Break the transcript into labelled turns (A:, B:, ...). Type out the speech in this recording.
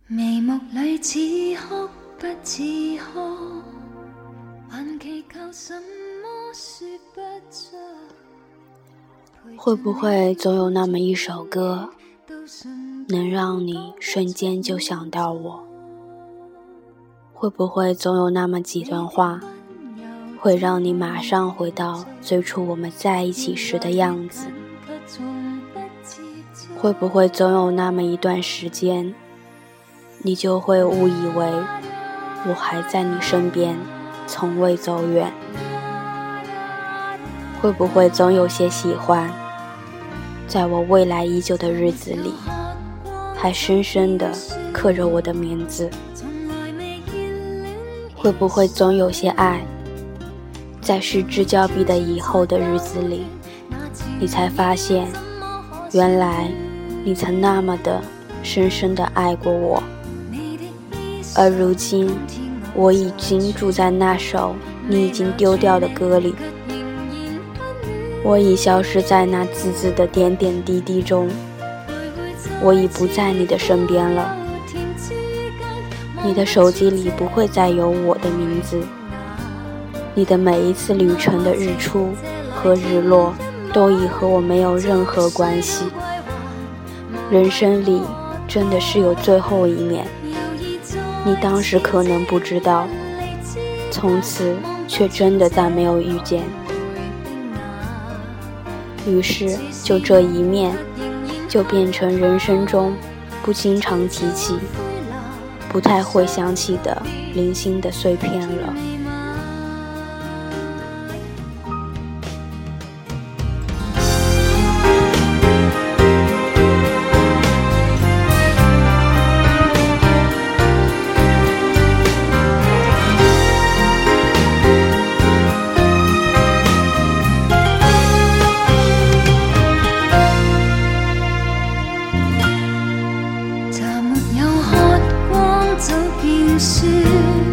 A: 眉目里似哭不似哭，还祈求什么说不出。
B: 会不会总有那么一首歌，能让你瞬间就想到我？会不会总有那么几段话，会让你马上回到最初我们在一起时的样子？会不会总有那么一段时间，你就会误以为我还在你身边，从未走远？会不会总有些喜欢，在我未来已久的日子里，还深深地刻着我的名字？会不会总有些爱，在失之交臂的以后的日子里，你才发现，原来你曾那么的深深地爱过我，而如今我已经住在那首你已经丢掉的歌里，我已消失在那字字的点点滴滴中，我已不在你的身边了。你的手机里不会再有我的名字，你的每一次旅程的日出和日落都已和我没有任何关系。人生里真的是有最后一面，你当时可能不知道，从此却真的再没有遇见。于是就这一面就变成人生中不经常提起，不太会想起的零星的碎片了。
A: 茶没有喝光，早變酸。